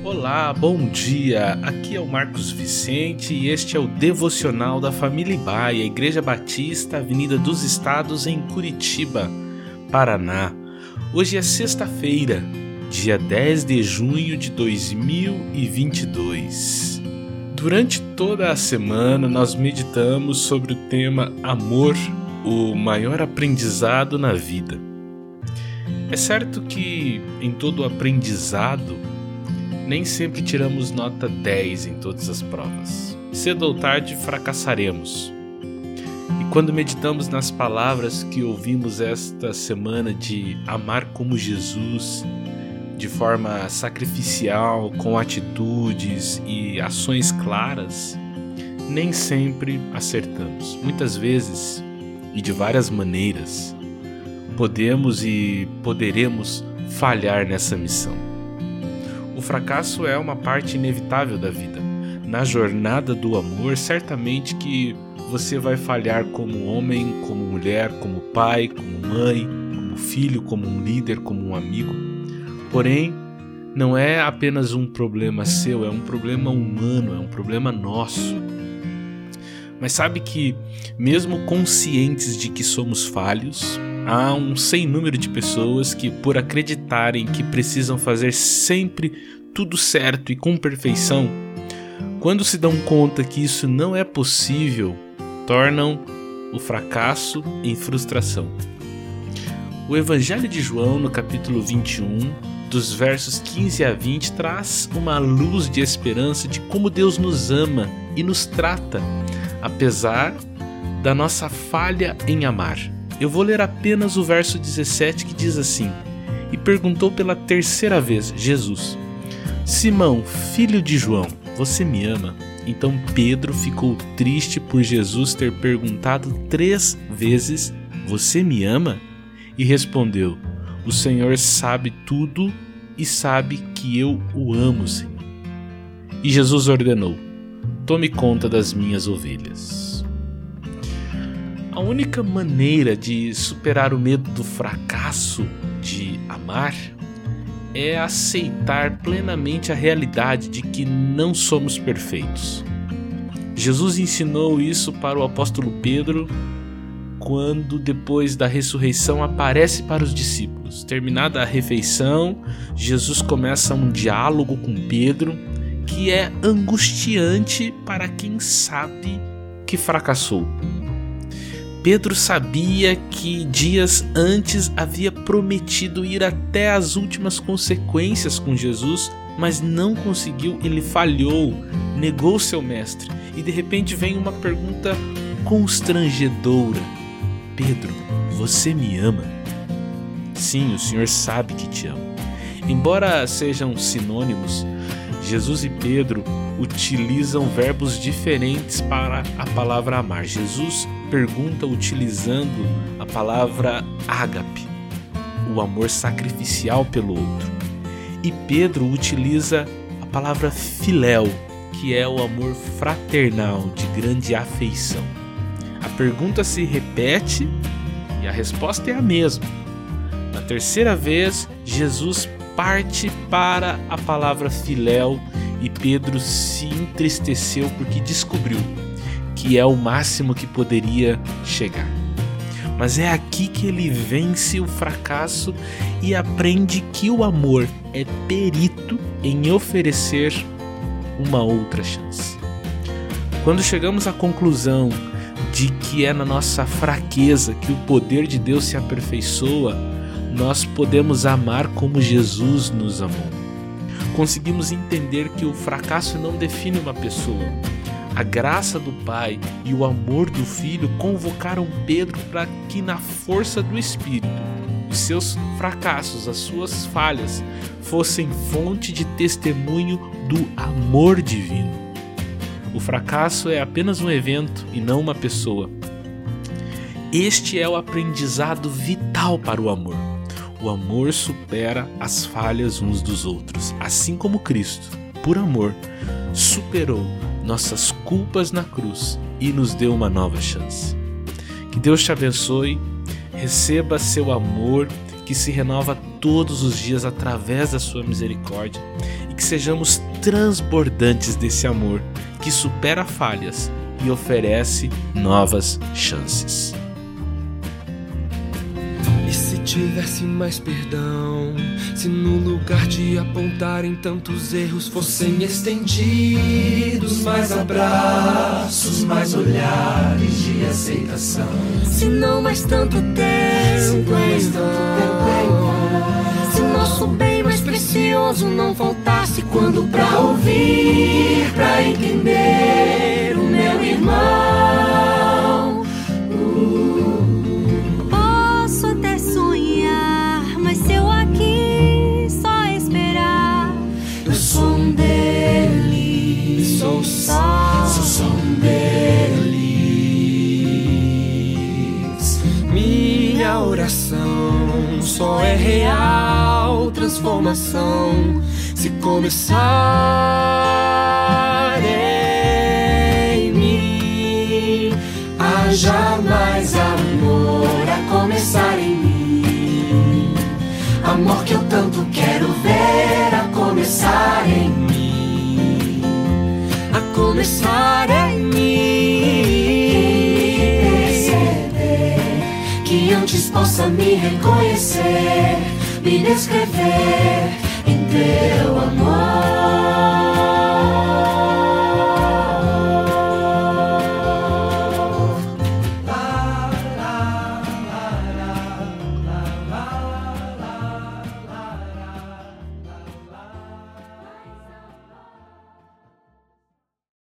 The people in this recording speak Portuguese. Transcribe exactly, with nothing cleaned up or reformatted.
Olá, bom dia! Aqui é o Marcos Vicente e este é o Devocional da Família Ibaia, Igreja Batista, Avenida dos Estados, em Curitiba, Paraná. Hoje é sexta-feira, dia dez de junho de dois mil e vinte e dois. Durante toda a semana nós meditamos sobre o tema Amor, o maior aprendizado na vida. É certo que em todo aprendizado nem sempre tiramos nota dez em todas as provas. Cedo ou tarde fracassaremos. E quando meditamos nas palavras que ouvimos esta semana de amar como Jesus, de forma sacrificial, com atitudes e ações claras, nem sempre acertamos. Muitas vezes, e de várias maneiras, podemos e poderemos falhar nessa missão. O fracasso é uma parte inevitável da vida. Na jornada do amor, certamente que você vai falhar como homem, como mulher, como pai, como mãe, como filho, como um líder, como um amigo. Porém, não é apenas um problema seu, é um problema humano, é um problema nosso. Mas sabe que, mesmo conscientes de que somos falhos, há um sem número de pessoas que, por acreditarem que precisam fazer sempre tudo certo e com perfeição, quando se dão conta que isso não é possível, tornam o fracasso em frustração. O Evangelho de João, no capítulo vinte e um, dos versos quinze a vinte, traz uma luz de esperança de como Deus nos ama e nos trata, apesar da nossa falha em amar. Eu vou ler apenas o verso dezessete, que diz assim: E perguntou pela terceira vez Jesus: Simão, filho de João, você me ama? Então Pedro ficou triste por Jesus ter perguntado três vezes: Você me ama? E respondeu: O Senhor sabe tudo e sabe que eu o amo, Senhor. E Jesus ordenou: Tome conta das minhas ovelhas. A única maneira de superar o medo do fracasso de amar é aceitar plenamente a realidade de que não somos perfeitos. Jesus ensinou isso para o apóstolo Pedro quando, depois da ressurreição, aparece para os discípulos. Terminada a refeição, Jesus começa um diálogo com Pedro que é angustiante para quem sabe que fracassou. Pedro sabia que dias antes havia prometido ir até as últimas consequências com Jesus, mas não conseguiu, ele falhou, negou seu mestre. E de repente vem uma pergunta constrangedora: Pedro, você me ama? Sim, o Senhor sabe que te amo. Embora sejam sinônimos, Jesus e Pedro utilizam verbos diferentes para a palavra amar. Jesus pergunta utilizando a palavra ágape, o amor sacrificial pelo outro. E Pedro utiliza a palavra filéu, que é o amor fraternal, de grande afeição. A pergunta se repete e a resposta é a mesma. Na terceira vez, Jesus parte para a palavra filéu e Pedro se entristeceu porque descobriu que é o máximo que poderia chegar. Mas é aqui que ele vence o fracasso e aprende que o amor é perito em oferecer uma outra chance. Quando chegamos à conclusão de que é na nossa fraqueza que o poder de Deus se aperfeiçoa, nós podemos amar como Jesus nos amou. Conseguimos entender que o fracasso não define uma pessoa. A graça do Pai e o amor do Filho convocaram Pedro para que, na força do Espírito, os seus fracassos, as suas falhas, fossem fonte de testemunho do amor divino. O fracasso é apenas um evento e não uma pessoa. Este é o aprendizado vital para o amor. O amor supera as falhas uns dos outros, assim como Cristo, por amor, superou nossas culpas na cruz e nos deu uma nova chance. Que Deus te abençoe, receba seu amor que se renova todos os dias através da sua misericórdia e que sejamos transbordantes desse amor que supera falhas e oferece novas chances. E se tivesse mais perdão, se no lugar de apontarem tantos erros fossem estendidos mais abraços, mais olhares de aceitação, se não mais tanto tempo em vão, se nosso bem mais precioso não faltasse quando pra ouvir, pra entender o meu irmão. Sou só um deles. Minha oração só é real transformação se começar em mim. Haja mais amor a começar em mim. Amor que eu tanto quero ver a começar em mim. Começar em mim, perceber que antes possa me reconhecer, me descrever em teu amor.